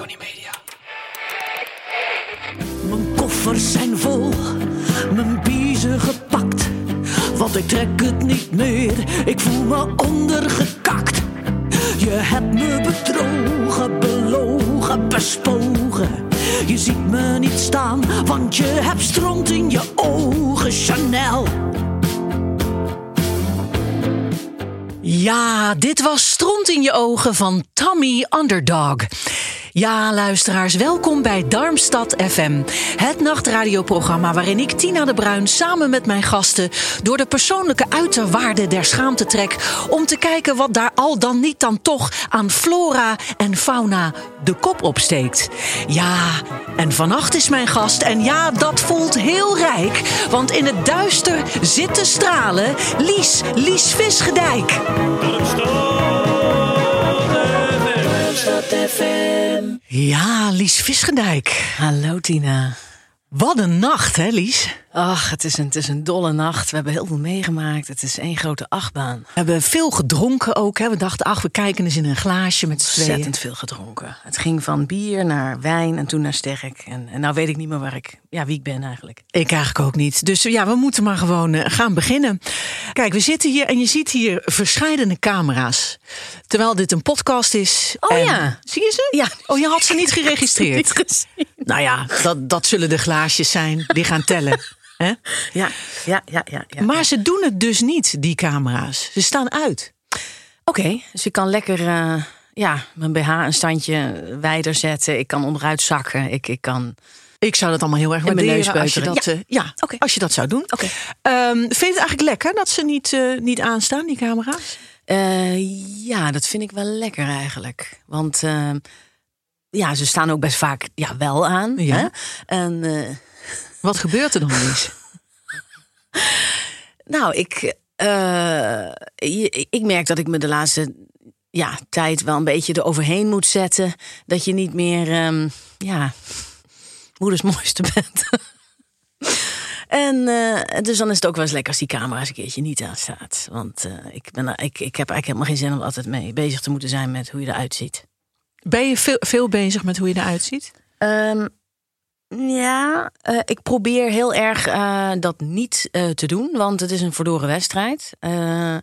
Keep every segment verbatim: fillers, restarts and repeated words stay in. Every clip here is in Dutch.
Tony Media. Mijn koffers zijn vol, mijn biezen gepakt. Want ik trek het niet meer, ik voel me ondergekakt. Je hebt me bedrogen, belogen, bespogen. Je ziet me niet staan, want je hebt stront in je ogen, Chanel. Ja, dit was Stront in je ogen van Tommy Underdog. Ja, luisteraars, welkom bij Darmstad F M. Het nachtradioprogramma waarin ik, Tina de Bruin, samen met mijn gasten door de persoonlijke uiterwaarden der schaamte trek om te kijken wat daar al dan niet dan toch aan flora en fauna de kop opsteekt. Ja, en vannacht is mijn gast en ja, dat voelt heel rijk, want in het duister zit te stralen Lies, Lies Visgedijk. Darmstad F M. Ja, Lies Visgedijk. Hallo Tina. Wat een nacht, hè Lies? Ach, het is, een, het is een dolle nacht. We hebben heel veel meegemaakt. Het is één grote achtbaan. We hebben veel gedronken ook. Hè? We dachten, ach, we kijken eens in een glaasje met z'n tweeën. Ontzettend veel gedronken. Het ging van bier naar wijn en toen naar sterk. En, en nou weet ik niet meer waar ik, ja, wie ik ben eigenlijk. Ik eigenlijk ook niet. Dus ja, we moeten maar gewoon uh, gaan beginnen. Kijk, we zitten hier en je ziet hier verscheidene camera's. Terwijl dit een podcast is. Oh en, ja. Zie je ze? Ja. Oh, je had ze niet geregistreerd? Niet gezien. Nou ja, dat, dat zullen de glaasjes zijn die gaan tellen. Hè? Ja, ja, ja, ja, ja. Maar ze doen het dus niet, die camera's. Ze staan uit. Oké, okay, dus ik kan lekker uh, ja, mijn B H een standje wijder zetten. Ik kan onderuit zakken. Ik, ik kan... Ik zou dat allemaal heel erg waarderen als je dat, ja. Uh, ja, okay. als je dat zou doen. Okay. Um, vind je het eigenlijk lekker dat ze niet, uh, niet aanstaan, die camera's? Uh, ja, dat vind ik wel lekker eigenlijk. Want uh, ja, ze staan ook best vaak ja, wel aan. Ja. Hè? En... Uh, Wat gebeurt er dan eens? Nou, ik, uh, ik merk dat ik me de laatste ja, tijd wel een beetje eroverheen moet zetten. Dat je niet meer, um, ja, moeders mooiste bent. En uh, dus dan is het ook wel eens lekker als die camera eens een keertje niet aanstaat. Want uh, ik, ben, ik, ik heb eigenlijk helemaal geen zin om altijd mee bezig te moeten zijn met hoe je eruit ziet. Ben je veel, veel bezig met hoe je eruit ziet? Um, Ja, uh, ik probeer heel erg uh, dat niet uh, te doen, want het is een verloren wedstrijd. Uh,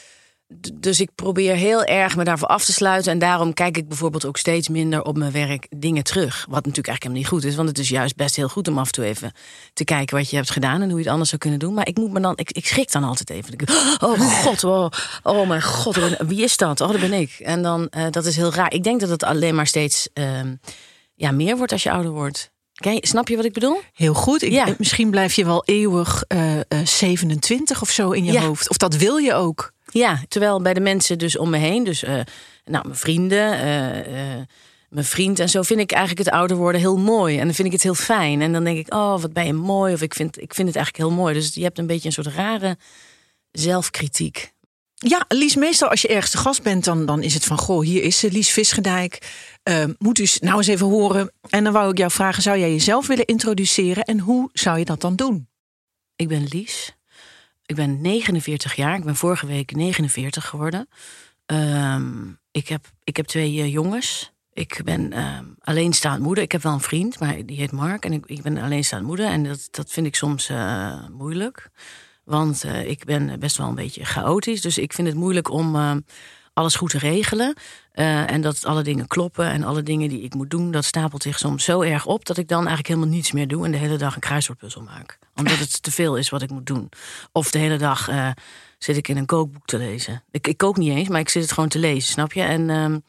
d- dus ik probeer heel erg me daarvoor af te sluiten. En daarom kijk ik bijvoorbeeld ook steeds minder op mijn werk dingen terug. Wat natuurlijk eigenlijk helemaal niet goed is, want het is juist best heel goed om af en toe even te kijken wat je hebt gedaan en hoe je het anders zou kunnen doen. Maar ik moet me dan, ik, ik schrik dan altijd even. Ik, oh god, oh, oh mijn god, wie is dat? Oh, dat ben ik. En dan, uh, dat is heel raar. Ik denk dat het alleen maar steeds uh, ja, meer wordt als je ouder wordt. Kijk, snap je wat ik bedoel? Heel goed. Ik, ja. Misschien blijf je wel eeuwig uh, uh, zevenentwintig of zo in je ja. hoofd. Of dat wil je ook. Ja, terwijl bij de mensen dus om me heen, dus uh, nou, mijn vrienden, uh, uh, mijn vriend en zo, vind ik eigenlijk het ouder worden heel mooi. En dan vind ik het heel fijn. En dan denk ik, oh, wat ben je mooi. Of ik vind, ik vind het eigenlijk heel mooi. Dus je hebt een beetje een soort rare zelfkritiek. Ja, Lies, meestal als je ergens te gast bent, dan, dan is het van, goh, hier is ze, Lies Visgedijk. Uh, moet u nou eens even horen. En dan wou ik jou vragen, zou jij jezelf willen introduceren? En hoe zou je dat dan doen? Ik ben Lies. Ik ben negenenveertig jaar. Ik ben vorige week negenenveertig geworden. Um, ik, heb, ik heb twee uh, jongens. Ik ben um, alleenstaand moeder. Ik heb wel een vriend, maar die heet Mark. En ik, ik ben alleenstaand moeder. En dat, dat vind ik soms uh, moeilijk. Want uh, ik ben best wel een beetje chaotisch. Dus ik vind het moeilijk om uh, alles goed te regelen. Uh, en dat alle dingen kloppen. En alle dingen die ik moet doen, dat stapelt zich soms zo erg op dat ik dan eigenlijk helemaal niets meer doe. En de hele dag een kruiswoordpuzzel maak. Omdat het te veel is wat ik moet doen. Of de hele dag uh, zit ik in een kookboek te lezen. Ik, ik kook niet eens, maar ik zit het gewoon te lezen, snap je? En um,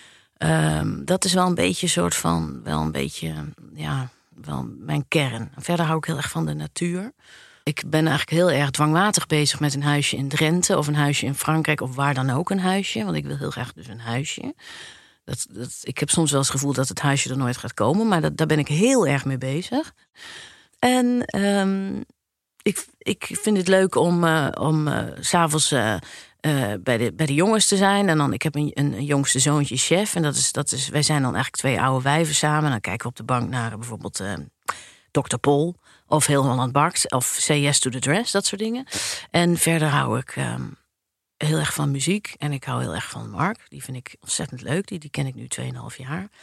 um, dat is wel een beetje een soort van, wel een beetje, ja, wel mijn kern. Verder hou ik heel erg van de natuur. Ik ben eigenlijk heel erg dwangmatig bezig met een huisje in Drenthe of een huisje in Frankrijk of waar dan ook een huisje. Want ik wil heel graag dus een huisje. Dat, dat, ik heb soms wel eens het gevoel dat het huisje er nooit gaat komen, maar dat, daar ben ik heel erg mee bezig. En um, ik, ik vind het leuk om, uh, om uh, 's avonds uh, uh, bij, de, bij de jongens te zijn. En dan, ik heb een, een, een jongste zoontje, Chef. En dat is, dat is, wij zijn dan eigenlijk twee oude wijven samen. En dan kijken we op de bank naar uh, bijvoorbeeld uh, dokter Pol. Of Heel Holland Bakt. Of Say Yes to the Dress. Dat soort dingen. En verder hou ik um, heel erg van muziek. En ik hou heel erg van Mark. Die vind ik ontzettend leuk. Die, die ken ik nu tweeënhalf jaar.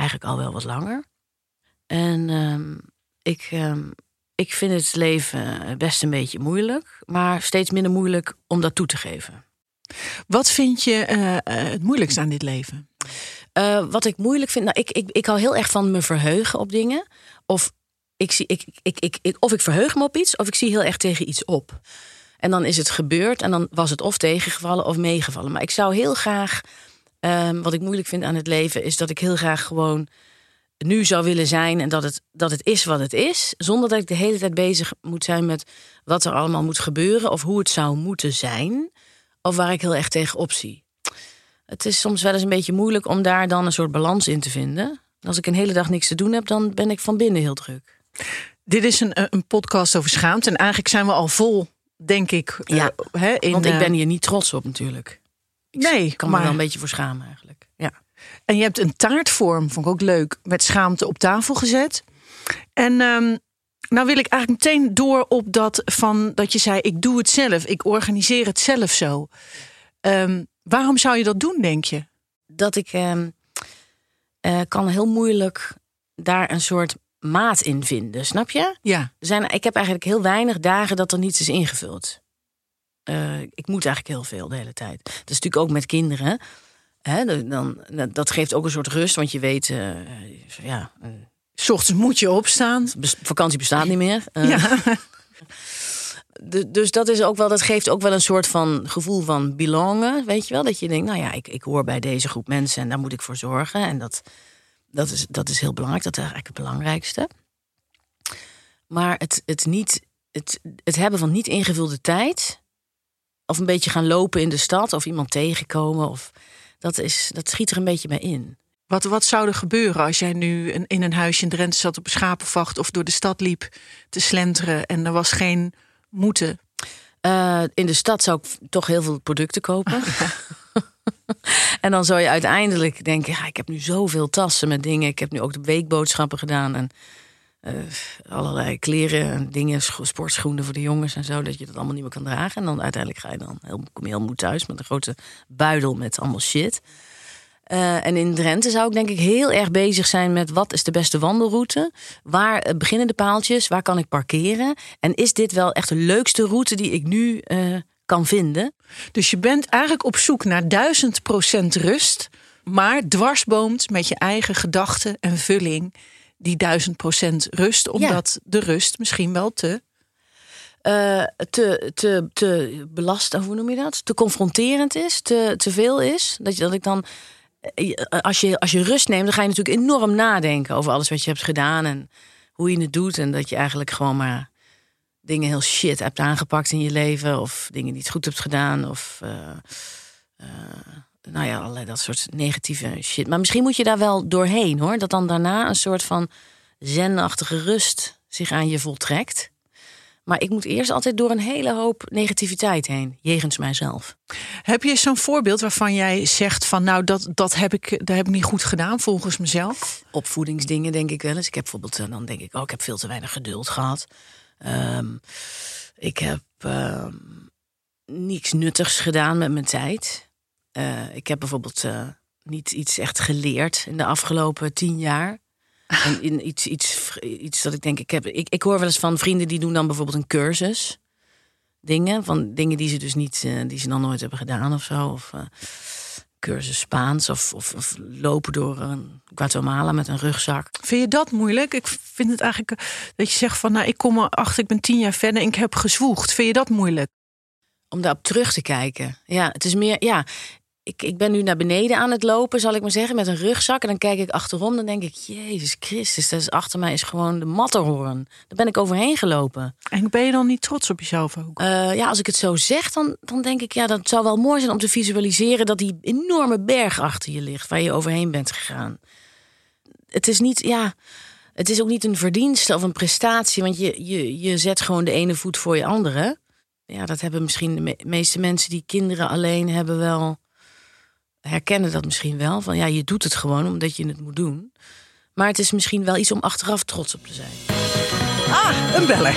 Eigenlijk al wel wat langer. En um, ik, um, ik vind het leven best een beetje moeilijk. Maar steeds minder moeilijk om dat toe te geven. Wat vind je uh, uh, het moeilijkste aan dit leven? Uh, wat ik moeilijk vind... Nou, ik, ik, ik hou heel erg van me verheugen op dingen. Of ik, zie, ik, ik, ik, ik, of ik verheug me op iets, of ik zie heel erg tegen iets op. En dan is het gebeurd en dan was het of tegengevallen of meegevallen. Maar ik zou heel graag... Um, wat ik moeilijk vind aan het leven is dat ik heel graag gewoon nu zou willen zijn en dat het, dat het is wat het is. Zonder dat ik de hele tijd bezig moet zijn met wat er allemaal moet gebeuren of hoe het zou moeten zijn. Of waar ik heel erg tegenop zie. Het is soms wel eens een beetje moeilijk om daar dan een soort balans in te vinden. Als ik een hele dag niks te doen heb, dan ben ik van binnen heel druk. Dit is een, een podcast over schaamte en eigenlijk zijn we al vol, denk ik. Ja, uh, hè, in, want ik ben hier niet trots op natuurlijk. Ik nee, kan maar... me wel een beetje voor schamen eigenlijk. Ja. En je hebt een taartvorm, vond ik ook leuk, met schaamte op tafel gezet. En um, nou wil ik eigenlijk meteen door op dat van dat je zei, ik doe het zelf, ik organiseer het zelf zo. Um, waarom zou je dat doen, denk je? Dat ik um, uh, kan heel moeilijk daar een soort maat in vinden, snap je? Ja. Er zijn, ik heb eigenlijk heel weinig dagen dat er niets is ingevuld. Uh, ik moet eigenlijk heel veel de hele tijd. Dat is natuurlijk ook met kinderen. Hè, dan, dat geeft ook een soort rust, want je weet... Uh, ja, uh, 's ochtends moet je opstaan. Bes- vakantie bestaat niet meer. Uh, ja. de, dus dat, is ook wel, dat geeft ook wel een soort van gevoel van belongen. Weet je wel? Dat je denkt, nou ja, ik, ik hoor bij deze groep mensen en daar moet ik voor zorgen. En dat, dat, is, dat is heel belangrijk. Dat is eigenlijk het belangrijkste. Maar het, het, niet, het, het hebben van niet ingevulde tijd... of een beetje gaan lopen in de stad of iemand tegenkomen... of dat, is, dat schiet er een beetje bij in. Wat, wat zou er gebeuren als jij nu een, in een huisje in Drenthe zat op een schapenvacht... of door de stad liep te slenteren en er was geen moeten? Uh, in de stad zou ik toch heel veel producten kopen. En dan zou je uiteindelijk denken... Ja, ik heb nu zoveel tassen met dingen. Ik heb nu ook de weekboodschappen gedaan... en uh, allerlei kleren en dingen, sportschoenen voor de jongens en zo... dat je dat allemaal niet meer kan dragen. En dan uiteindelijk ga je dan heel, kom je heel moe thuis... met een grote buidel met allemaal shit... Uh, en in Drenthe zou ik denk ik heel erg bezig zijn met... wat is de beste wandelroute? Waar uh, beginnen de paaltjes? Waar kan ik parkeren? En is dit wel echt de leukste route die ik nu uh, kan vinden? Dus je bent eigenlijk op zoek naar duizend procent rust... maar dwarsboomt met je eigen gedachten en vulling... die duizend procent rust, omdat ja. de rust misschien wel te... Uh, te, te, te belastend, hoe noem je dat? Te confronterend is, te, te veel is. Dat, je, dat ik dan... Als je, als je rust neemt, dan ga je natuurlijk enorm nadenken over alles wat je hebt gedaan en hoe je het doet. En dat je eigenlijk gewoon maar dingen heel shit hebt aangepakt in je leven. Of dingen niet goed hebt gedaan. Of uh, uh, nou ja, allerlei dat soort negatieve shit. Maar misschien moet je daar wel doorheen hoor. Dat dan daarna een soort van zenachtige rust zich aan je voltrekt. Maar ik moet eerst altijd door een hele hoop negativiteit heen, jegens mijzelf. Heb je zo'n voorbeeld waarvan jij zegt van nou dat, dat heb ik, dat heb ik niet goed gedaan volgens mezelf? Opvoedingsdingen denk ik wel eens. Ik heb bijvoorbeeld, dan denk ik, oh, ik heb veel te weinig geduld gehad. Um, ik heb um, niets nuttigs gedaan met mijn tijd. Uh, ik heb bijvoorbeeld uh, niet iets echt geleerd in de afgelopen tien jaar. En in iets, iets, iets dat ik denk, ik heb. Ik, ik hoor wel eens van vrienden die doen dan bijvoorbeeld een cursus. Dingen, van dingen die ze dus niet, uh, die ze dan nooit hebben gedaan of zo. Of uh, cursus Spaans of, of, of lopen door een Guatemala met een rugzak. Vind je dat moeilijk? Ik vind het eigenlijk dat je zegt van nou, ik kom erachter, ik ben tien jaar verder en ik heb gezwoegd. Vind je dat moeilijk? Om daarop terug te kijken. Ja, het is meer, ja. Ik, ik ben nu naar beneden aan het lopen, zal ik maar zeggen, met een rugzak. En dan kijk ik achterom, dan denk ik, Jezus Christus, dat is achter mij is gewoon de Matterhorn. Daar ben ik overheen gelopen. En ben je dan niet trots op jezelf ook? Uh, ja, als ik het zo zeg, dan, dan denk ik, ja, dat zou wel mooi zijn om te visualiseren dat die enorme berg achter je ligt, waar je overheen bent gegaan. Het is niet, ja, het is ook niet een verdienste of een prestatie, want je, je, je zet gewoon de ene voet voor je andere. Ja, dat hebben misschien de me- meeste mensen die kinderen alleen hebben wel... herkennen dat misschien wel. Van ja, je doet het gewoon omdat je het moet doen. Maar het is misschien wel iets om achteraf trots op te zijn. Ah, een beller.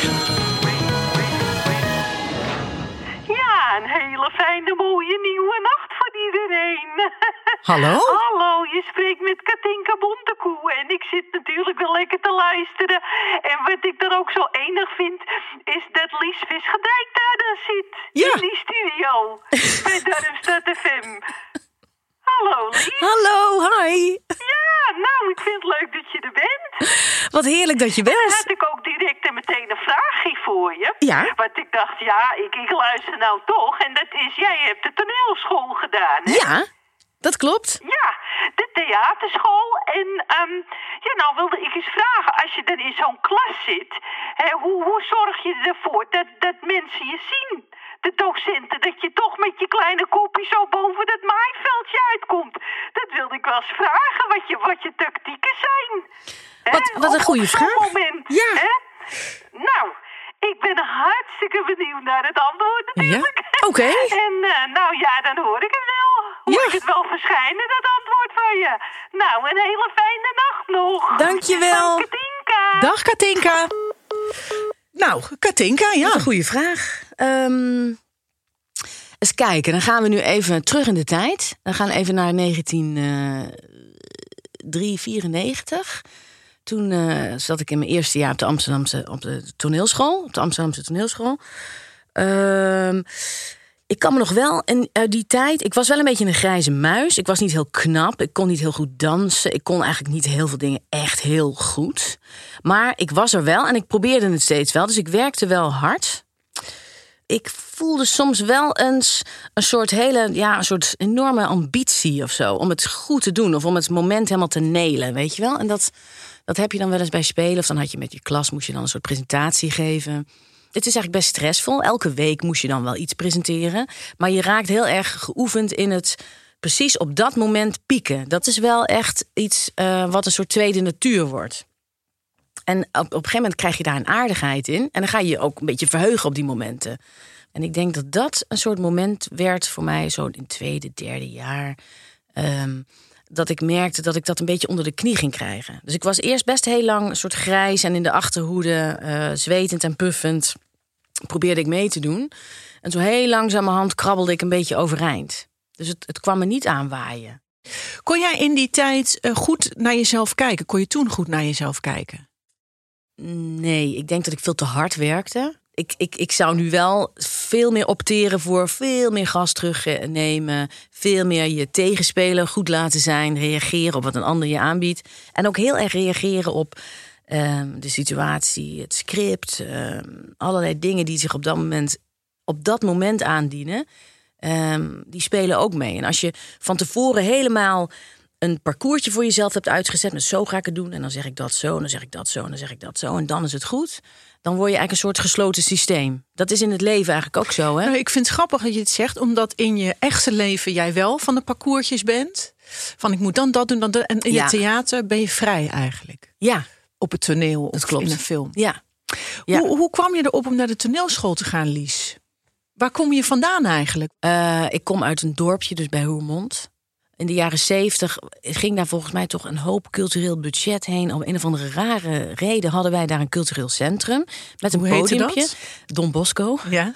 Ja, een hele fijne mooie nieuwe nacht voor iedereen. Hallo? Hallo, je spreekt met Katinka Bontekoe. En ik zit natuurlijk wel lekker te luisteren. En wat ik dan ook zo enig vind, is dat Lies Visgedijk daar dan zit. Ja. In die studio. Bij Darmstad F M. Hallo, Lies. Hallo, hi. Ja, nou, ik vind het leuk dat je er bent. Wat heerlijk dat je Dan bent. had ik ook direct en meteen een vraagje voor je. Ja. Want ik dacht, ja, ik, ik luister nou toch. En dat is, jij hebt de toneelschool gedaan, hè? Ja, dat klopt. Ja, de theaterschool. En um, ja, nou wilde ik eens vragen, als je dan in zo'n klas zit, hè, hoe, hoe zorg je ervoor dat, dat mensen je zien, de docenten, dat je toch met je kleine kopje zo boven dat maaiveldje uitkomt? Dat wilde ik wel eens vragen, wat je, wat je tactieken zijn. Hè? Wat, wat een Op- goede op zo'n vraag. moment, Ja. hè? Nou, ik ben hartstikke benieuwd naar het antwoord natuurlijk. Ja, oké. En uh, nou ja, dan hoor ik het wel. Hoor Ja. ik het wel verschijnen, dat antwoord van je. Nou, een hele fijne nacht nog. Dankjewel. Van Katinka. Dag Katinka. Nou, Katinka, ja. Wat een goede vraag. Um, eens kijken, dan gaan we nu even terug in de tijd. Dan gaan we even naar negentien vierennegentig. Toen uh, zat ik in mijn eerste jaar op de Amsterdamse op de toneelschool. Op de Amsterdamse toneelschool. Um, ik kan me nog wel, en uit die tijd, ik was wel een beetje een grijze muis. Ik was niet heel knap, ik kon niet heel goed dansen. Ik kon eigenlijk niet heel veel dingen echt heel goed. Maar ik was er wel en ik probeerde het steeds wel. Dus ik werkte wel hard. Ik voelde soms wel eens een soort hele, ja, een soort enorme ambitie of zo. Om het goed te doen of om het moment helemaal te nailen, weet je wel. En dat, dat heb je dan wel eens bij spelen. Of dan had je met je klas, moest je dan een soort presentatie geven. Het is eigenlijk best stressvol. Elke week moest je dan wel iets presenteren. Maar je raakt heel erg geoefend in het precies op dat moment pieken. Dat is wel echt iets uh, wat een soort tweede natuur wordt. En op, op een gegeven moment krijg je daar een aardigheid in. En dan ga je je ook een beetje verheugen op die momenten. En ik denk dat dat een soort moment werd voor mij zo in het tweede, derde jaar. Um, dat ik merkte dat ik dat een beetje onder de knie ging krijgen. Dus ik was eerst best heel lang een soort grijs en in de achterhoede, uh, zwetend en puffend, probeerde ik mee te doen. En zo heel langzamerhand krabbelde ik een beetje overeind. Dus het, het kwam me niet aanwaaien. Kon jij in die tijd uh, goed naar jezelf kijken? Kon je toen goed naar jezelf kijken? Nee, ik denk dat ik veel te hard werkte. Ik, ik, ik zou nu wel veel meer opteren voor veel meer gas terugnemen. Veel meer je tegenspeler goed laten zijn. Reageren op wat een ander je aanbiedt. En ook heel erg reageren op um, de situatie, het script. Um, allerlei dingen die zich op dat moment, op dat moment aandienen. Um, die spelen ook mee. En als je van tevoren helemaal een parcoursje voor jezelf hebt uitgezet met zo ga ik het doen en dan zeg ik dat zo en dan zeg ik dat zo en dan zeg ik dat zo en dan is het goed. Dan word je eigenlijk een soort gesloten systeem. Dat is in het leven eigenlijk ook zo, hè? Nou, ik vind het grappig dat je het zegt, omdat in je echte leven jij wel van de parcoursjes bent. Van ik moet dan dat doen, dan dat. En in Ja. het theater ben je vrij eigenlijk. Ja, Op het toneel dat of klopt. in een film. Ja. Ja. Hoe, hoe kwam je erop om naar de toneelschool te gaan, Lies? Waar kom je vandaan eigenlijk? Uh, ik kom uit een dorpje, dus bij Roermond. In de jaren zeventig ging daar volgens mij toch een hoop cultureel budget heen. Om een of andere rare reden hadden wij daar een cultureel centrum. Met een Hoe heette podiumpje. dat? Don Bosco. Ja.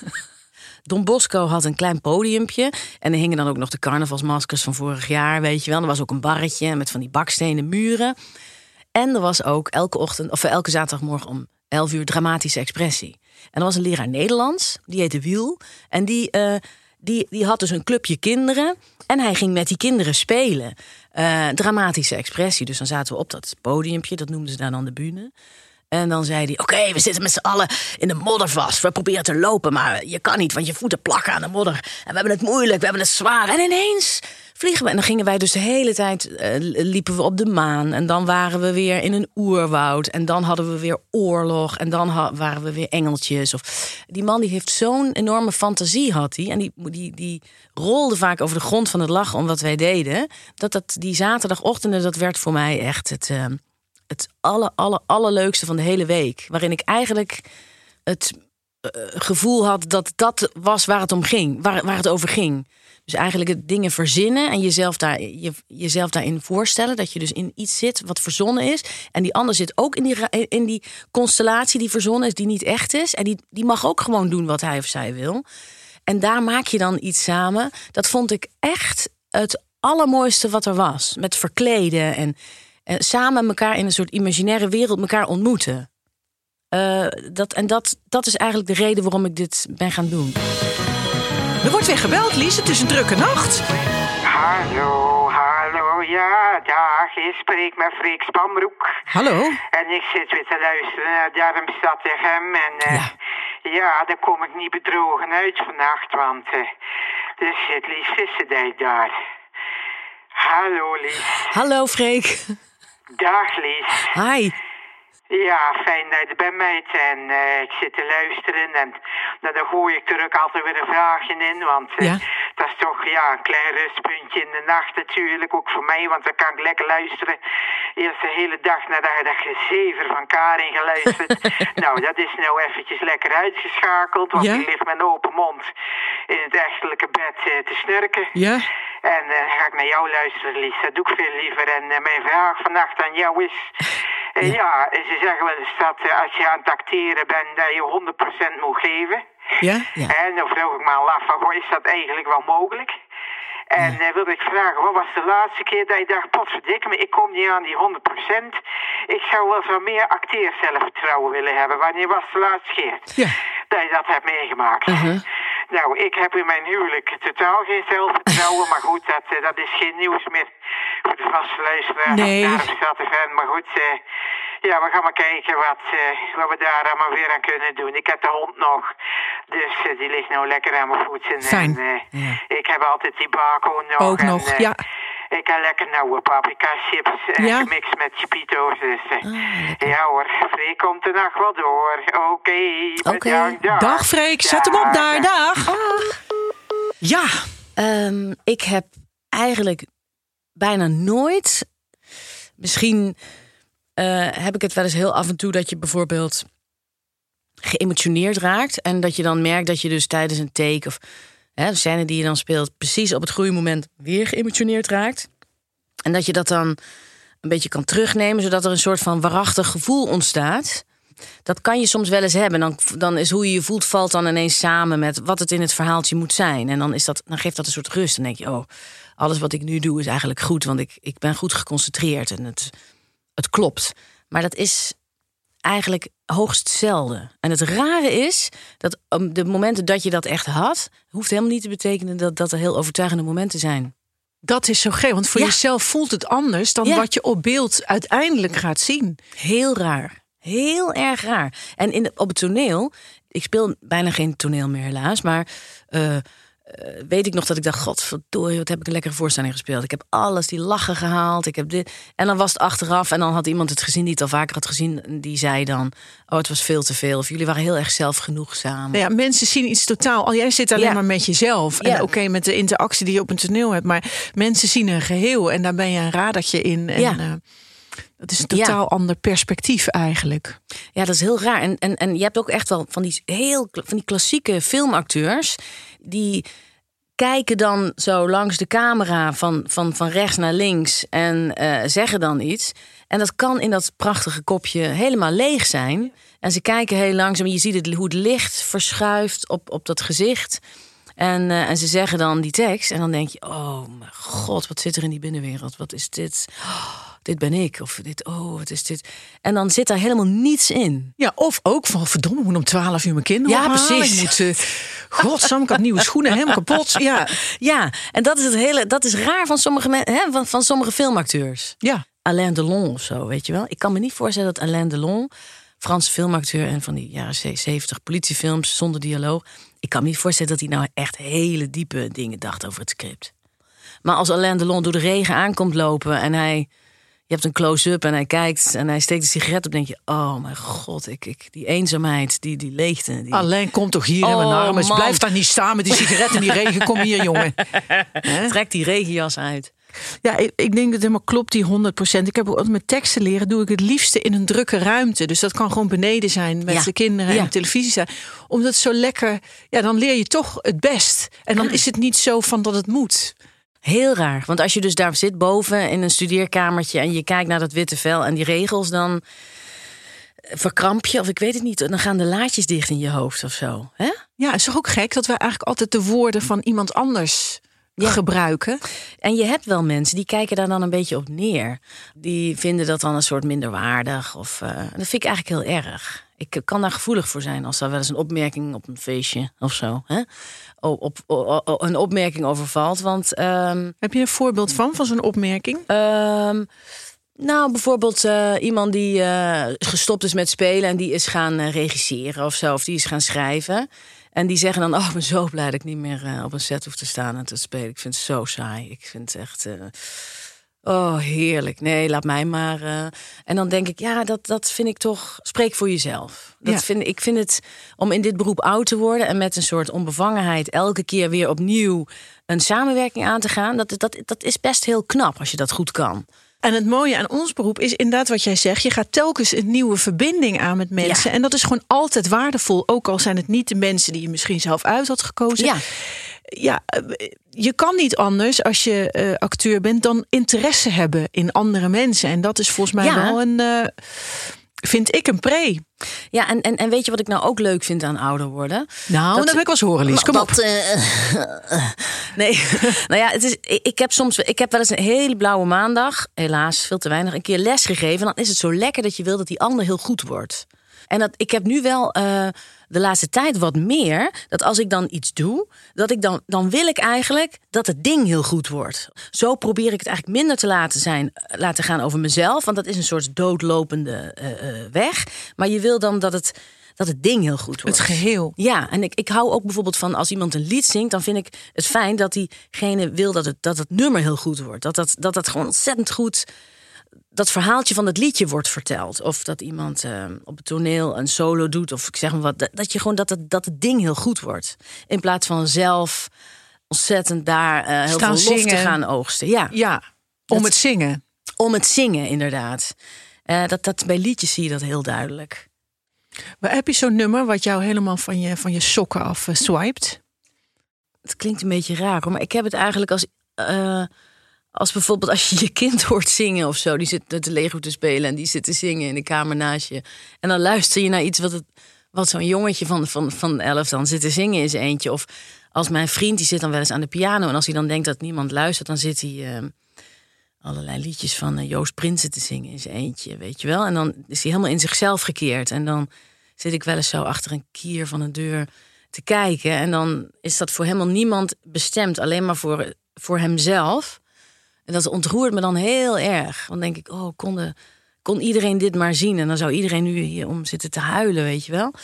Don Bosco had een klein podiumpje. En er hingen dan ook nog de carnavalsmaskers van vorig jaar, weet je wel. Er was ook een barretje met van die bakstenen muren. En er was ook elke ochtend, of elke zaterdagmorgen om elf uur dramatische expressie. En er was een leraar Nederlands, die heette Wiel. En die, uh, die, die had dus een clubje kinderen. En hij ging met die kinderen spelen. Uh, dramatische expressie. Dus dan zaten we op dat podiumpje, dat noemden ze daar dan de bühne. En dan zei hij, oké, okay, we zitten met z'n allen in de modder vast. We proberen te lopen, maar je kan niet, want je voeten plakken aan de modder. En we hebben het moeilijk, we hebben het zwaar. En ineens vliegen we. En dan gingen wij dus de hele tijd, uh, liepen we op de maan. En dan waren we weer in een oerwoud. En dan hadden we weer oorlog. En dan ha- waren we weer engeltjes. Of... Die man die heeft zo'n enorme fantasie, had hij. En die, die, die rolde vaak over de grond van het lachen om wat wij deden. Dat, dat die zaterdagochtenden, dat werd voor mij echt het... Uh, Het aller, aller, allerleukste van de hele week. Waarin ik eigenlijk het uh, gevoel had dat dat was waar het om ging. Waar, waar het over ging. Dus eigenlijk het dingen verzinnen en jezelf, daar, je, jezelf daarin voorstellen. Dat je dus in iets zit wat verzonnen is. En die ander zit ook in die, in die constellatie die verzonnen is, die niet echt is. En die, die mag ook gewoon doen wat hij of zij wil. En daar maak je dan iets samen. Dat vond ik echt het allermooiste wat er was. Met verkleden en, en samen elkaar in een soort imaginaire wereld elkaar ontmoeten. Uh, dat, en dat, dat is eigenlijk de reden waarom ik dit ben gaan doen. Er wordt weer gebeld, Lies. Het is een drukke nacht. Hallo, hallo, ja, dag. Je spreekt met Freek Spanbroek. Hallo. En ik zit weer te luisteren naar Darmstad F M. En uh, ja. ja, daar kom ik niet bedrogen uit vannacht, want uh, er zit Lies Visserdijk daar. Hallo, Lies. Hallo, Freek. Dag, Lies. Hi. Ja, fijn dat je er bent, meid. En uh, ik zit te luisteren en nou, dan gooi ik er ook altijd weer een vraagje in. Want uh, ja. dat is toch ja, een klein rustpuntje in de nacht natuurlijk, ook voor mij. Want dan kan ik lekker luisteren. Eerst de hele dag nadat je dat gezever van Karin geluisterd. Nou, dat is nou eventjes lekker uitgeschakeld. Want ja. die ligt met een open mond in het echtelijke bed uh, te snurken. Ja. En uh, dan ga ik naar jou luisteren, Lies. Dat doe ik veel liever. En uh, mijn vraag vannacht aan jou is... Uh, ja. ja, ze zeggen wel eens dat uh, als je aan het acteren bent, dat je honderd procent moet geven. Ja? Ja. En dan vroeg ik me al af van, is dat eigenlijk wel mogelijk? En ja. uh, wilde ik vragen, wat was de laatste keer dat je dacht, potverdikke me, ik kom niet aan die honderd procent. Ik zou wel eens wat meer acteerzelfvertrouwen willen hebben. Wanneer was de laatste keer ja. dat je dat hebt meegemaakt? Uh-huh. Nou, ik heb in mijn huwelijk totaal geen zelfvertrouwen. Maar goed, dat, uh, dat is geen nieuws meer voor de vaste luisteraar. Nee. Darmstad F M. Maar goed, uh, ja, we gaan maar kijken wat, uh, wat we daar allemaal weer aan kunnen doen. Ik heb de hond nog, dus uh, die ligt nou lekker aan mijn voeten. Fijn. En, uh, ja. ik heb altijd die Baco nog. Ook en, nog, uh, ja. Ik heb lekker nauwe paprika chips uh, ja. gemixt met chipito's. Dus, uh, oh, ja hoor, Freek komt de nacht wel door. Oké, okay. bedankt. Dag. Dag Freek, zet hem op daar. Dag. Dag. Ja. Um, ik heb eigenlijk bijna nooit... Misschien uh, heb ik het wel eens heel af en toe dat je bijvoorbeeld geëmotioneerd raakt. En dat je dan merkt dat je dus tijdens een take of hè, de scène die je dan speelt, precies op het goede moment weer geëmotioneerd raakt. En dat je dat dan een beetje kan terugnemen, zodat er een soort van waarachtig gevoel ontstaat. Dat kan je soms wel eens hebben. Dan, dan is hoe je je voelt, valt dan ineens samen met wat het in het verhaaltje moet zijn. En dan, is dat, dan geeft dat een soort rust. Dan denk je, oh, alles wat ik nu doe is eigenlijk goed, want ik, ik ben goed geconcentreerd en het, het klopt. Maar dat is eigenlijk hoogst zelden. En het rare is dat op de momenten dat je dat echt had, hoeft helemaal niet te betekenen dat, dat er heel overtuigende momenten zijn. Dat is zo gek, want voor ja. jezelf voelt het anders dan ja. wat je op beeld uiteindelijk gaat zien. Heel raar. Heel erg raar. En in de, op het toneel, ik speel bijna geen toneel meer helaas, maar uh, uh, weet ik nog dat ik dacht, godverdorie, wat heb ik een lekkere voorstelling gespeeld. Ik heb alles, die lachen gehaald, ik heb dit. En dan was het achteraf en dan had iemand het gezien die het al vaker had gezien. Die zei dan, oh, het was veel te veel. Of jullie waren heel erg zelfgenoegzaam. Nou ja, mensen zien iets totaal. Al jij zit alleen ja. maar met jezelf. En ja. oké, okay, met de interactie die je op een toneel hebt. Maar mensen zien een geheel en daar ben je een radertje in. En, ja. uh, dat is een totaal ja. ander perspectief eigenlijk. Ja, dat is heel raar. En, en, en je hebt ook echt wel van die, heel, van die klassieke filmacteurs die kijken dan zo langs de camera van, van, van rechts naar links en uh, zeggen dan iets. En dat kan in dat prachtige kopje helemaal leeg zijn. En ze kijken heel langzaam. Je ziet het, hoe het licht verschuift op, op dat gezicht. En, uh, en ze zeggen dan die tekst. En dan denk je, oh mijn god, wat zit er in die binnenwereld? Wat is dit? Oh, dit ben ik. Of dit, oh, wat is dit? En dan zit daar helemaal niets in. Ja, of ook van, verdomme, ik moet om twaalf uur mijn kinderen ja, ophalen. precies. Ik moet, uh, godsam, ik had nieuwe schoenen, helemaal kapot. Ja, ja, en dat is het hele, dat is raar van sommige, hè, van, van sommige filmacteurs. Ja. Alain Delon of zo, weet je wel. Ik kan me niet voorstellen dat Alain Delon, Franse filmacteur en van die jaren zeventig politiefilms zonder dialoog, ik kan me niet voorstellen dat hij nou echt hele diepe dingen dacht over het script. Maar als Alain Delon door de regen aankomt lopen en hij, je hebt een close-up en hij kijkt en hij steekt een sigaret op, denk je, oh mijn god, ik, ik, die eenzaamheid, die, die leegte. Die... Alain, kom toch hier in mijn Oh, armen. man. Blijf daar niet staan met die sigaret in die regen. Kom hier, jongen. Trek die regenjas uit. Ja, ik, ik denk dat het helemaal klopt, die honderd procent. Ik heb ook altijd met teksten leren, doe ik het liefste in een drukke ruimte. Dus dat kan gewoon beneden zijn met Ja. de kinderen Ja. en televisie zijn. Omdat het zo lekker, ja, dan leer je toch het best. En dan is het niet zo van dat het moet. Heel raar, want als je dus daar zit boven in een studeerkamertje en je kijkt naar dat witte vel en die regels, dan verkramp je, of ik weet het niet, dan gaan de laadjes dicht in je hoofd of zo. Hè? Ja, het is toch ook gek dat wij eigenlijk altijd de woorden van iemand anders ja. gebruiken. En je hebt wel mensen die kijken daar dan een beetje op neer. Die vinden dat dan een soort minderwaardig. Of, uh, dat vind ik eigenlijk heel erg. Ik kan daar gevoelig voor zijn als er wel eens een opmerking op een feestje of zo. Hè? Op, op, op, op een opmerking overvalt. Want, um, heb je een voorbeeld van, van zo'n opmerking? Um, nou, bijvoorbeeld uh, iemand die uh, gestopt is met spelen en die is gaan uh, regisseren of zo. Of die is gaan schrijven. En die zeggen dan, oh, ik ben zo blij dat ik niet meer uh, op een set hoef te staan en te spelen. Ik vind het zo saai. Ik vind het echt... Uh, oh, heerlijk. Nee, laat mij maar. Uh... En dan denk ik, ja, dat, dat vind ik toch... Spreek voor jezelf. Dat ja. vind, ik vind het, om in dit beroep oud te worden... en met een soort onbevangenheid elke keer weer opnieuw... een samenwerking aan te gaan... dat, dat, dat is best heel knap als je dat goed kan. En het mooie aan ons beroep is inderdaad wat jij zegt. Je gaat telkens een nieuwe verbinding aan met mensen. Ja. En dat is gewoon altijd waardevol. Ook al zijn het niet de mensen die je misschien zelf uit had gekozen. Ja. Ja, je kan niet anders als je uh, acteur bent dan interesse hebben in andere mensen. En dat is volgens mij ja. wel een, uh, vind ik, een pre. Ja, en, en, en weet je wat ik nou ook leuk vind aan ouder worden? Nou, dat, dat heb ik wel eens horen, Lies. Kom dat, op. Uh, nee, nou ja, het is, ik heb soms, ik heb wel eens een hele blauwe maandag, helaas veel te weinig, een keer les gegeven. En dan is het zo lekker dat je wil dat die ander heel goed wordt. En dat, ik heb nu wel uh, de laatste tijd wat meer... dat als ik dan iets doe, dat ik dan, dan wil ik eigenlijk dat het ding heel goed wordt. Zo probeer ik het eigenlijk minder te laten, zijn, laten gaan over mezelf. Want dat is een soort doodlopende uh, uh, weg. Maar je wil dan dat het, dat het ding heel goed wordt. Het geheel. Ja, en ik, ik hou ook bijvoorbeeld van als iemand een lied zingt... dan vind ik het fijn dat diegene wil dat het, dat het nummer heel goed wordt. Dat dat, dat, dat gewoon ontzettend goed... dat verhaaltje van het liedje wordt verteld. Of dat iemand uh, op het toneel een solo doet. Of ik zeg maar wat. Dat je gewoon dat het, dat het ding heel goed wordt. In plaats van zelf ontzettend daar uh, heel Staan veel lof zingen. te gaan oogsten. Ja, ja om dat, het zingen. Om het zingen, inderdaad. Uh, dat, dat, bij liedjes zie je dat heel duidelijk. Maar heb je zo'n nummer wat jou helemaal van je, van je sokken af uh, swiped? Het klinkt een beetje raar, hoor, maar ik heb het eigenlijk als... Uh, Als bijvoorbeeld als je je kind hoort zingen of zo. Die zit te Lego te spelen en die zit te zingen in de kamer naast je. En dan luister je naar iets wat, het, wat zo'n jongetje van, van, van elf dan zit te zingen in zijn eentje. Of als mijn vriend, die zit dan wel eens aan de piano. En als hij dan denkt dat niemand luistert, dan zit hij uh, allerlei liedjes van uh, Joost Prinsen te zingen in zijn eentje. Weet je wel? En dan is hij helemaal in zichzelf gekeerd. En dan zit ik wel eens zo achter een kier van een deur te kijken. En dan is dat voor helemaal niemand bestemd. Alleen maar voor, voor hemzelf. En dat ontroert me dan heel erg. Dan denk ik, oh, kon, de, kon iedereen dit maar zien? En dan zou iedereen nu hier om zitten te huilen, weet je wel?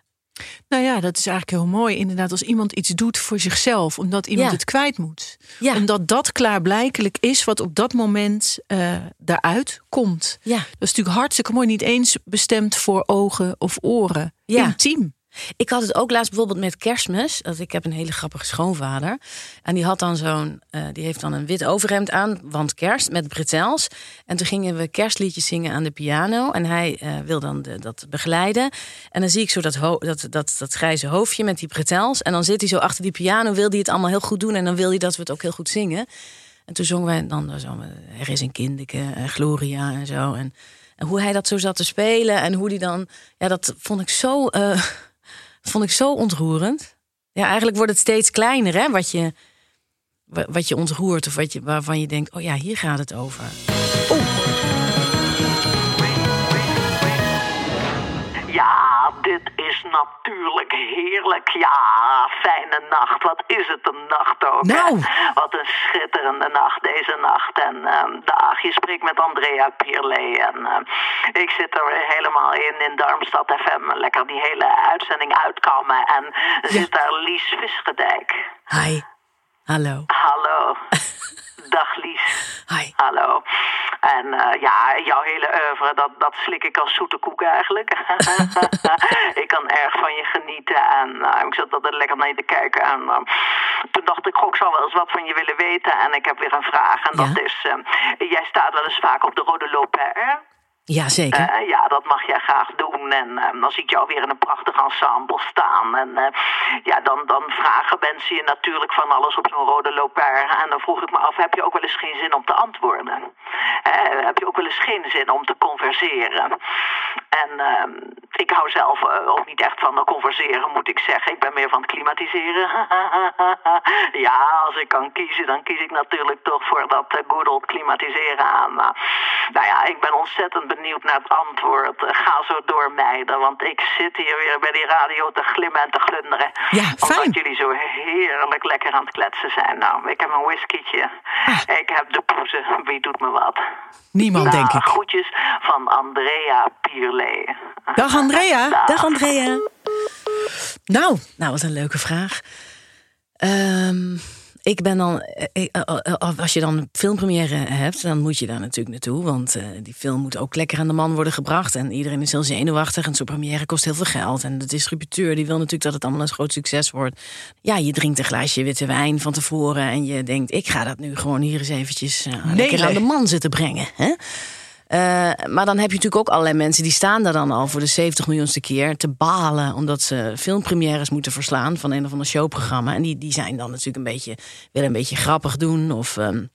Nou ja, dat is eigenlijk heel mooi. Inderdaad, als iemand iets doet voor zichzelf, omdat iemand ja. het kwijt moet. Ja. Omdat dat klaarblijkelijk is wat op dat moment uh, daaruit komt. Ja. Dat is natuurlijk hartstikke mooi. Niet eens bestemd voor ogen of oren. Ja. Intiem. Ik had het ook laatst bijvoorbeeld met Kerstmis. Dat ik heb een hele grappige schoonvader. En die had dan zo'n, uh, die heeft dan een wit overhemd aan, want kerst, met bretels. En toen gingen we kerstliedjes zingen aan de piano. En hij uh, wil dan de, dat begeleiden. En dan zie ik zo dat, ho- dat, dat, dat grijze hoofdje met die bretels. En dan zit hij zo achter die piano, wil hij het allemaal heel goed doen. En dan wil hij dat we het ook heel goed zingen. En toen zongen wij dan zo, er is een kindeke, en Gloria en zo. En, en hoe hij dat zo zat te spelen. En hoe die dan, ja, dat vond ik zo... Uh, vond ik zo ontroerend. Ja, eigenlijk wordt het steeds kleiner, hè, wat je, wat je ontroert of wat je, waarvan je denkt, oh ja, hier gaat het over. Oh. Ja, dit is natuurlijk heerlijk. Ja, fijne nacht. Wat is het een nacht ook. Nou. Hè? Wat een schitterende nacht deze nacht. En uh, dag, je spreekt met Andrea Pierlee. En uh, ik zit er helemaal in, in Darmstad F M. Lekker die hele uitzending uitkammen. En ja. zit daar Lies Visgedijk. Hi. Hallo. Hallo. Dag Lies. Hi. Hallo. En uh, ja, jouw hele oeuvre, dat, dat slik ik als zoete koek eigenlijk. Ik kan erg van je genieten en uh, ik zat altijd lekker naar je te kijken. En uh, toen dacht ik, goh, ik zou wel eens wat van je willen weten. En ik heb weer een vraag en ja? dat is, uh, jij staat wel eens vaak op de Rode Loper, hè? Ja, zeker. Uh, ja, dat mag jij graag doen. En uh, dan zie ik jou weer in een prachtig ensemble staan. En uh, ja, dan, dan vragen mensen je natuurlijk van alles op zo'n Rode Loper. En dan vroeg ik me af, heb je ook wel eens geen zin om te antwoorden? Uh, heb je ook wel eens geen zin om te converseren? En uh, Ik hou zelf uh, ook niet echt van converseren, moet ik zeggen. Ik ben meer van het klimatiseren. Ja, als ik kan kiezen, dan kies ik natuurlijk toch voor dat uh, good old klimatiseren aan. Uh, nou ja, ik ben ontzettend benieuwd naar het antwoord. Uh, ga zo door, meiden, want ik zit hier weer bij die radio te glimmen en te glunderen. Ja, fijn. Omdat jullie zo heerlijk lekker aan het kletsen zijn. Nou, ik heb een whiskytje. Ah. Ik heb de poezen. Wie doet me wat? Niemand, nou, denk ik. Groetjes van Andrea Pierlee. Dag Andrea. Dag, Dag Andrea. Nou, nou, wat een leuke vraag. Um, ik ben dan, ik, als je dan een filmpremière hebt, dan moet je daar natuurlijk naartoe. Want uh, die film moet ook lekker aan de man worden gebracht. En iedereen is heel zenuwachtig. En zo'n première kost heel veel geld. En de distributeur die wil natuurlijk dat het allemaal een groot succes wordt. Ja, je drinkt een glaasje witte wijn van tevoren. En je denkt, ik ga dat nu gewoon hier eens eventjes uh, lekker aan de man zitten brengen. Hè? Uh, maar dan heb je natuurlijk ook allerlei mensen die staan daar dan al voor de zeventig miljoenste keer te balen, omdat ze filmpremières moeten verslaan van een of ander showprogramma. En die, die zijn dan natuurlijk een beetje, willen een beetje grappig doen of um,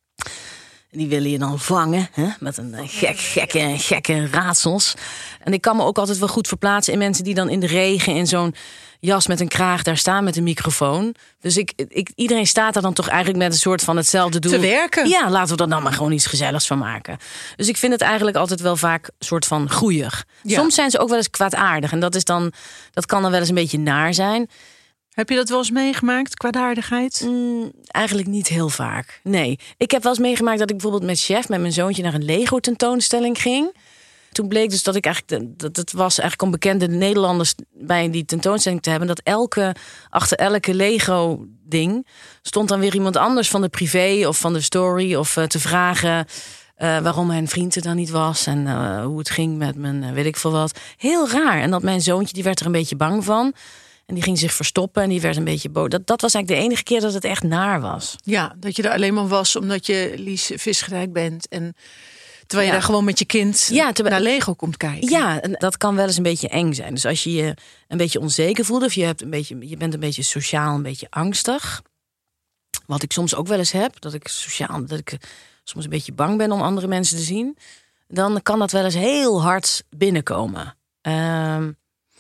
die willen je dan vangen, hè, met een gek, gekke, gekke raadsels. En ik kan me ook altijd wel goed verplaatsen in mensen die dan in de regen in zo'n jas met een kraag daar staan met een microfoon. Dus ik, ik, iedereen staat daar dan toch eigenlijk met een soort van hetzelfde doel. Te werken. Ja, laten we er dan maar gewoon iets gezelligs van maken. Dus ik vind het eigenlijk altijd wel vaak een soort van groeier. Ja. Soms zijn ze ook wel eens kwaadaardig. En dat is dan, dat kan dan wel eens een beetje naar zijn. Heb je dat wel eens meegemaakt, kwaadaardigheid? Mm, eigenlijk niet heel vaak. Nee. Ik heb wel eens meegemaakt dat ik bijvoorbeeld met Chef, met mijn zoontje, naar een Lego tentoonstelling ging. Toen bleek dus dat ik eigenlijk, dat het was eigenlijk om bekende Nederlanders bij die tentoonstelling te hebben, dat elke, achter elke Lego ding stond dan weer iemand anders van de privé of van de story of uh, te vragen uh, waarom mijn vriend er dan niet was en uh, hoe het ging met mijn uh, weet ik veel wat. Heel raar. En dat mijn zoontje, die werd er een beetje bang van. En die ging zich verstoppen en die werd een beetje boos. Dat, dat was eigenlijk de enige keer dat het echt naar was. Ja, dat je er alleen maar was omdat je Lies visgelijk bent en terwijl je ja. daar gewoon met je kind ja, terwijl, naar Lego komt kijken. Ja, en dat kan wel eens een beetje eng zijn. Dus als je je een beetje onzeker voelt of je, hebt een beetje, je bent een beetje sociaal, een beetje angstig. Wat ik soms ook wel eens heb, dat ik sociaal, dat ik soms een beetje bang ben om andere mensen te zien. Dan kan dat wel eens heel hard binnenkomen. Um,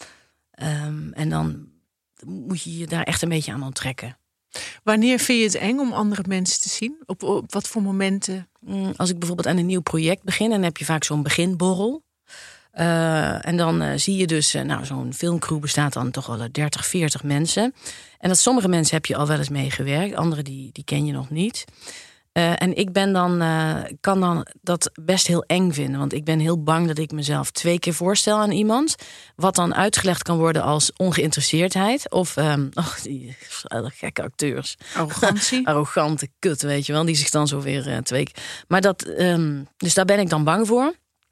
um, en dan moet je je daar echt een beetje aan onttrekken. Wanneer vind je het eng om andere mensen te zien? Op, op wat voor momenten? Als ik bijvoorbeeld aan een nieuw project begin, dan heb je vaak zo'n beginborrel. Uh, en dan uh, zie je dus, uh, nou, zo'n filmcrew bestaat dan toch wel uit dertig, veertig mensen. En dat sommige mensen heb je al wel eens meegewerkt, andere die, die ken je nog niet. Uh, en ik ben dan, uh, kan dan dat best heel eng vinden. Want ik ben heel bang dat ik mezelf twee keer voorstel aan iemand. Wat dan uitgelegd kan worden als ongeïnteresseerdheid. Of, um, oh, die gekke acteurs. Arrogantie. Arrogante kut, weet je wel. Die zich dan zo weer uh, twee keer... Maar dat, um, dus daar ben ik dan bang voor.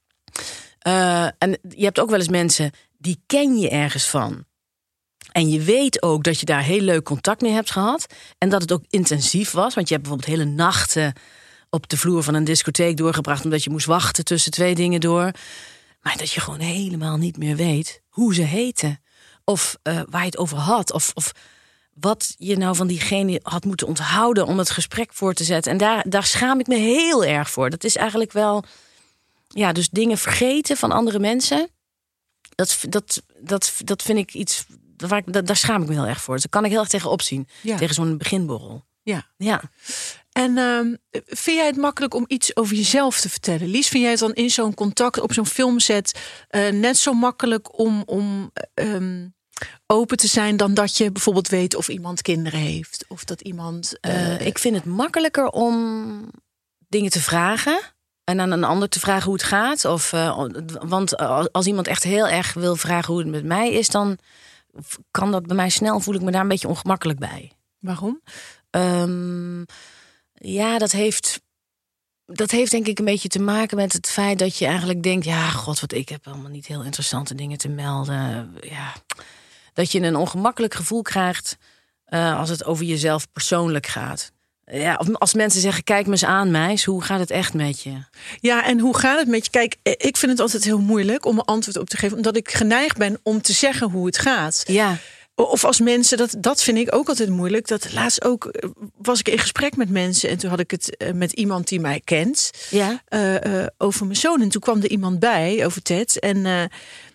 Uh, en je hebt ook wel eens mensen, die ken je ergens van. En je weet ook dat je daar heel leuk contact mee hebt gehad. En dat het ook intensief was. Want je hebt bijvoorbeeld hele nachten op de vloer van een discotheek doorgebracht, omdat je moest wachten tussen twee dingen door. Maar dat je gewoon helemaal niet meer weet hoe ze heten. Of uh, waar je het over had. Of, of wat je nou van diegene had moeten onthouden om het gesprek voor te zetten. En daar, daar schaam ik me heel erg voor. Dat is eigenlijk wel... Ja, dus dingen vergeten van andere mensen. Dat, dat, dat, dat vind ik iets... Waar ik, daar schaam ik me heel erg voor. Dus daar kan ik heel erg tegen opzien. Ja. Tegen zo'n beginborrel. Ja. ja. En uh, vind jij het makkelijk om iets over jezelf te vertellen? Lies, vind jij het dan in zo'n contact op zo'n filmset uh, net zo makkelijk om, om um, open te zijn dan dat je bijvoorbeeld weet of iemand kinderen heeft? Of dat iemand... Uh... Uh, ik vind het makkelijker om dingen te vragen en aan een ander te vragen hoe het gaat. Of, uh, want als iemand echt heel erg wil vragen hoe het met mij is, dan kan dat bij mij snel, voel ik me daar een beetje ongemakkelijk bij. Waarom? Um, ja, dat heeft, dat heeft denk ik een beetje te maken met het feit dat je eigenlijk denkt, ja, god, wat ik heb allemaal niet heel interessante dingen te melden. Ja, dat je een ongemakkelijk gevoel krijgt uh, als het over jezelf persoonlijk gaat. Ja, of als mensen zeggen, kijk me eens aan, meis, hoe gaat het echt met je? Ja, en hoe gaat het met je? Kijk, ik vind het altijd heel moeilijk om een antwoord op te geven, omdat ik geneigd ben om te zeggen hoe het gaat. Ja. Of als mensen, dat, dat vind ik ook altijd moeilijk. Dat laatst ook was ik in gesprek met mensen en toen had ik het uh, met iemand die mij kent. Ja. Uh, uh, over mijn zoon. En toen kwam er iemand bij over Ted. En uh,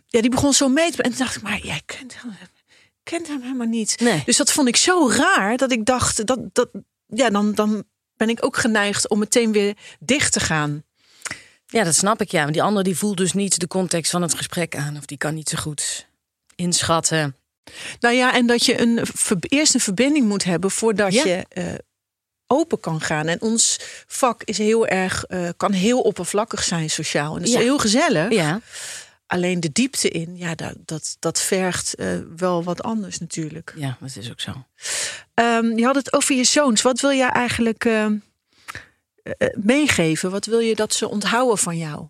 ja, die begon zo mee te... En toen dacht ik, maar jij kent hem, kent hem helemaal niet. Nee. Dus dat vond ik zo raar dat ik dacht... dat, dat ja, dan, dan ben ik ook geneigd om meteen weer dicht te gaan. Ja, dat snap ik, ja. Maar die ander die voelt dus niet de context van het gesprek aan. Of die kan niet zo goed inschatten. Nou ja, en dat je een, eerst een verbinding moet hebben voordat Ja. je uh, open kan gaan. En ons vak is heel erg, uh, kan heel oppervlakkig zijn sociaal. En dat is Ja. heel gezellig. Ja. Alleen de diepte in, ja, dat, dat, dat vergt uh, wel wat anders natuurlijk. Ja, dat is ook zo. Um, je had het over je zoons. Wat wil jij eigenlijk uh, uh, meegeven? Wat wil je dat ze onthouden van jou?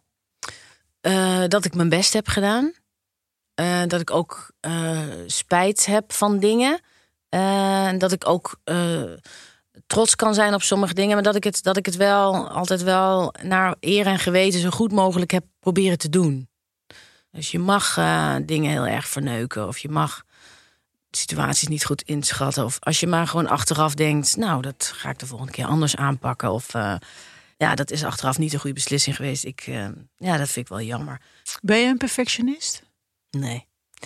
Uh, dat ik mijn best heb gedaan. Uh, dat ik ook uh, spijt heb van dingen. Uh, dat ik ook uh, trots kan zijn op sommige dingen. Maar dat ik het, dat ik het wel altijd wel naar eer en geweten zo goed mogelijk heb proberen te doen. Dus je mag uh, dingen heel erg verneuken. Of je mag situaties niet goed inschatten. Of als je maar gewoon achteraf denkt... nou, dat ga ik de volgende keer anders aanpakken. Of uh, ja, dat is achteraf niet een goede beslissing geweest. Ik, uh, ja, dat vind ik wel jammer. Ben je een perfectionist? Nee.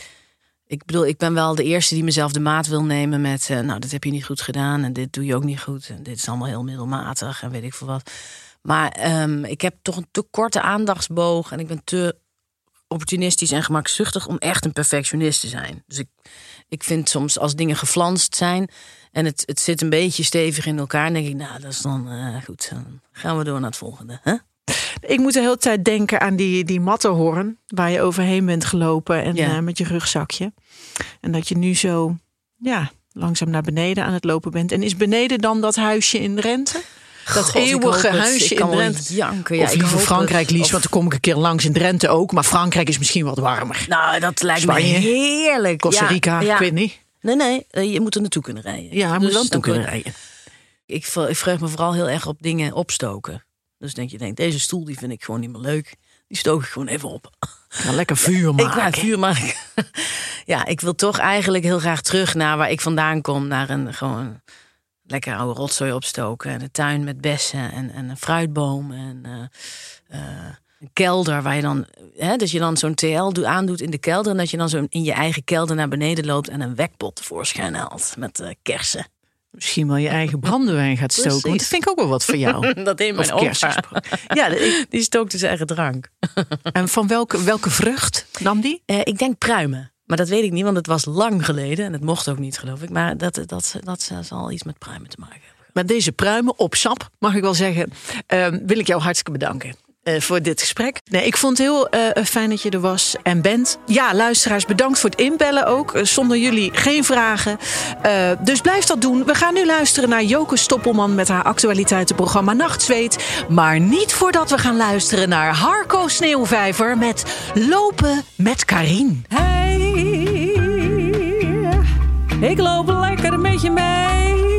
Ik bedoel, ik ben wel de eerste die mezelf de maat wil nemen met... Uh, nou, dit heb je niet goed gedaan en dit doe je ook niet goed. En dit is allemaal heel middelmatig en weet ik veel wat. Maar um, ik heb toch een te korte aandachtsboog... en ik ben te opportunistisch en gemakzuchtig om echt een perfectionist te zijn. Dus ik, ik vind soms als dingen geflanst zijn... en het, het zit een beetje stevig in elkaar... dan denk ik, nou, dat is dan uh, goed. Dan gaan we door naar het volgende, hè? Ik moet de hele tijd denken aan die, die Matterhorn... waar je overheen bent gelopen en Ja. uh, met je rugzakje. En dat je nu zo ja, langzaam naar beneden aan het lopen bent. En is beneden dan dat huisje in Drenthe? Dat God, ik eeuwige hoop het. huisje Ik in kan wel Drenthe. janken. Ja, Of ik liever hoop Frankrijk, het. Lies, Of- want dan kom ik een keer langs in Drenthe ook. Maar Frankrijk is misschien wat warmer. Nou, dat lijkt Spanje, me heerlijk. Costa Rica, Ja, ja. ik weet niet. Nee, nee, eh, je moet er naartoe kunnen rijden. Ja, hij moet Dus wel toe dan kunnen kun- rijden. Ik, v- ik vreug me vooral heel erg op dingen opstoken. Dus denk je, denk, deze stoel die vind ik gewoon niet meer leuk. Die stook ik gewoon even op. Ja, lekker vuur maken. Ik ga vuur maken. Ja, ik wil toch eigenlijk heel graag terug naar waar ik vandaan kom. Naar een gewoon lekker oude rotzooi opstoken. En een tuin met bessen en, en een fruitboom. En uh, uh, een kelder waar je dan... Hè, dat je dan zo'n T L doet, aandoet in de kelder. En dat je dan zo in je eigen kelder naar beneden loopt... en een wekpot tevoorschijn haalt met uh, kersen. Misschien wel je eigen brandewijn gaat stoken. Precies. Want dat vind ik ook wel wat voor jou. Dat deed mijn Of kersen. opa. Ja, ik- Die stookte zijn eigen drank. en van welke, welke vrucht nam die? Uh, ik denk pruimen. Maar dat weet ik niet, want het was lang geleden. En het mocht ook niet, geloof ik. Maar dat, dat, dat, dat zal iets met pruimen te maken hebben. Met deze pruimen op sap, mag ik wel zeggen, uh, wil ik jou hartstikke bedanken. Uh, voor dit gesprek. Nee, ik vond het heel uh, fijn dat je er was en bent. Ja, luisteraars, bedankt voor het inbellen ook. Uh, zonder jullie geen vragen. Uh, dus blijf dat doen. We gaan nu luisteren naar Joke Stoppelman met haar actualiteitenprogramma Nachtzweet. Maar niet voordat we gaan luisteren naar Harco Sneeuwvijver met Lopen met Karien. Hey, ik loop lekker met je mee.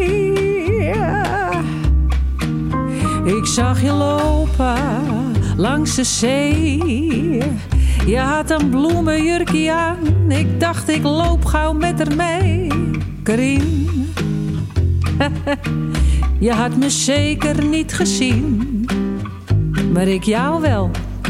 Ik zag je lopen langs de zee. Je had een bloemenjurkje aan. Ik dacht ik loop gauw met haar mee. Karien, je had me zeker niet gezien, maar ik jou wel.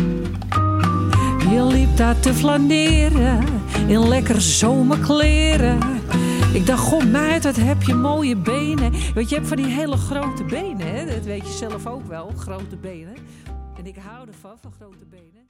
Je liep daar te flaneren in lekker zomerkleren. Ik dacht, goh meid, wat heb je mooie benen. Want je hebt van die hele grote benen, hè? Dat weet je zelf ook wel, grote benen. En ik hou ervan, van grote benen.